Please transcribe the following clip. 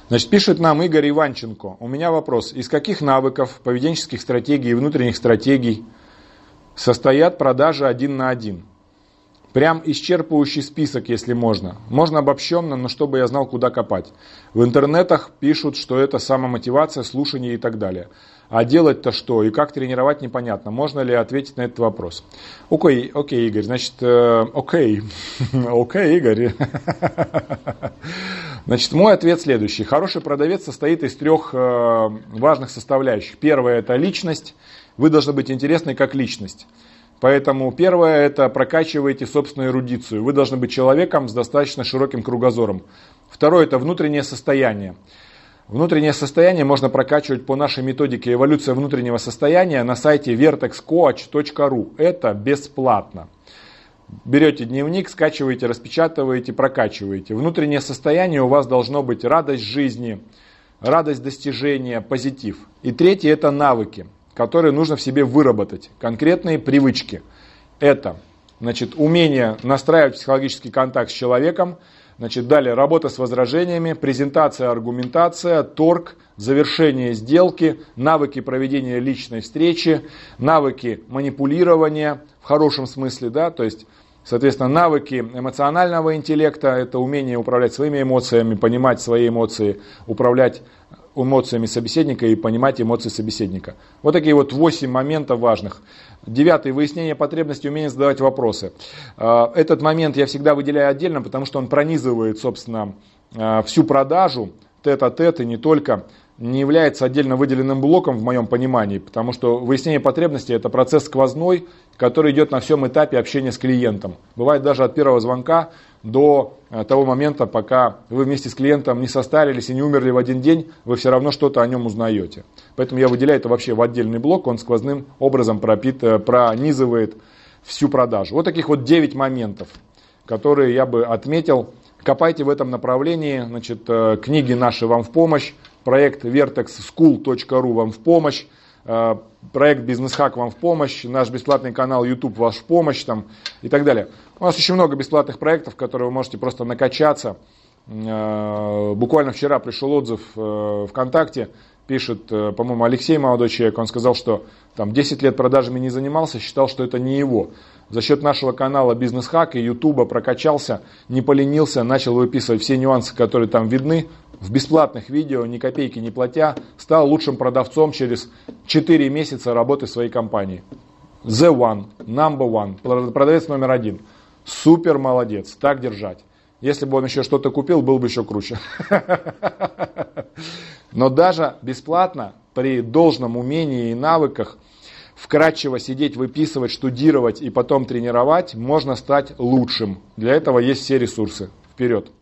Значит, пишет нам Игорь Иванченко. У меня вопрос. Из каких навыков, поведенческих стратегий и внутренних стратегий состоят продажи 1 на 1? Прям исчерпывающий список, если можно. Можно обобщенно, но чтобы я знал, куда копать. В интернетах пишут, что это самомотивация, слушание и так далее. А делать-то что и как тренировать непонятно. Можно ли ответить на этот вопрос? Окей, Игорь. Значит, окей, Игорь. Значит, мой ответ следующий. Хороший продавец состоит из 3 важных составляющих. Первое – это личность. Вы должны быть интересны как личность. Поэтому первое – это прокачиваете собственную эрудицию. Вы должны быть человеком с достаточно широким кругозором. Второе – это внутреннее состояние. Внутреннее состояние можно прокачивать по нашей методике «Эволюция внутреннего состояния» на сайте vertexcoach.ru. Это бесплатно. Берете дневник, скачиваете, распечатываете, прокачиваете. Внутреннее состояние у вас должно быть радость жизни, радость достижения, позитив. И третье – это навыки, которые нужно в себе выработать. Конкретные привычки. Это, значит, умение настраивать психологический контакт с человеком. Значит, далее работа с возражениями, презентация, аргументация, торг, завершение сделки, навыки проведения личной встречи, навыки манипулирования в хорошем смысле, да, то есть, соответственно, навыки эмоционального интеллекта, это умение управлять своими эмоциями, понимать свои эмоции, управлять эмоциями собеседника и понимать эмоции собеседника. Вот такие вот 8 моментов важных. 9. Выяснение потребностей, умение задавать вопросы. Этот момент я всегда выделяю отдельно, потому что он пронизывает, собственно, всю продажу, тет-а-тет и не только, не является отдельно выделенным блоком в моем понимании, потому что выяснение потребностей – это процесс сквозной, который идет на всем этапе общения с клиентом. Бывает даже от первого звонка до того момента, пока вы вместе с клиентом не состарились и не умерли в один день, вы все равно что-то о нем узнаете. Поэтому я выделяю это вообще в отдельный блок, он сквозным образом пронизывает всю продажу. Вот таких вот 9 моментов, которые я бы отметил. Копайте в этом направлении, значит, книги наши вам в помощь, проект vertexschool.ru вам в помощь, проект Бизнес-хак вам в помощь, наш бесплатный канал YouTube ваш в помощь там, и так далее. У нас очень много бесплатных проектов, которые вы можете просто накачаться. Буквально вчера пришел отзыв ВКонтакте, пишет, по-моему, Алексей, молодой человек, он сказал, что там 10 лет продажами не занимался, считал, что это не его. За счет нашего канала Бизнес-хак и Ютуба прокачался, не поленился, начал выписывать все нюансы, которые там видны. В бесплатных видео, ни копейки не платя, стал лучшим продавцом через 4 месяца работы в своей компании. The one, number one, продавец номер 1. Супер молодец, так держать. Если бы он еще что-то купил, был бы еще круче. Но даже бесплатно, при должном умении и навыках, вкратчиво сидеть, выписывать, штудировать и потом тренировать, можно стать лучшим. Для этого есть все ресурсы. Вперед!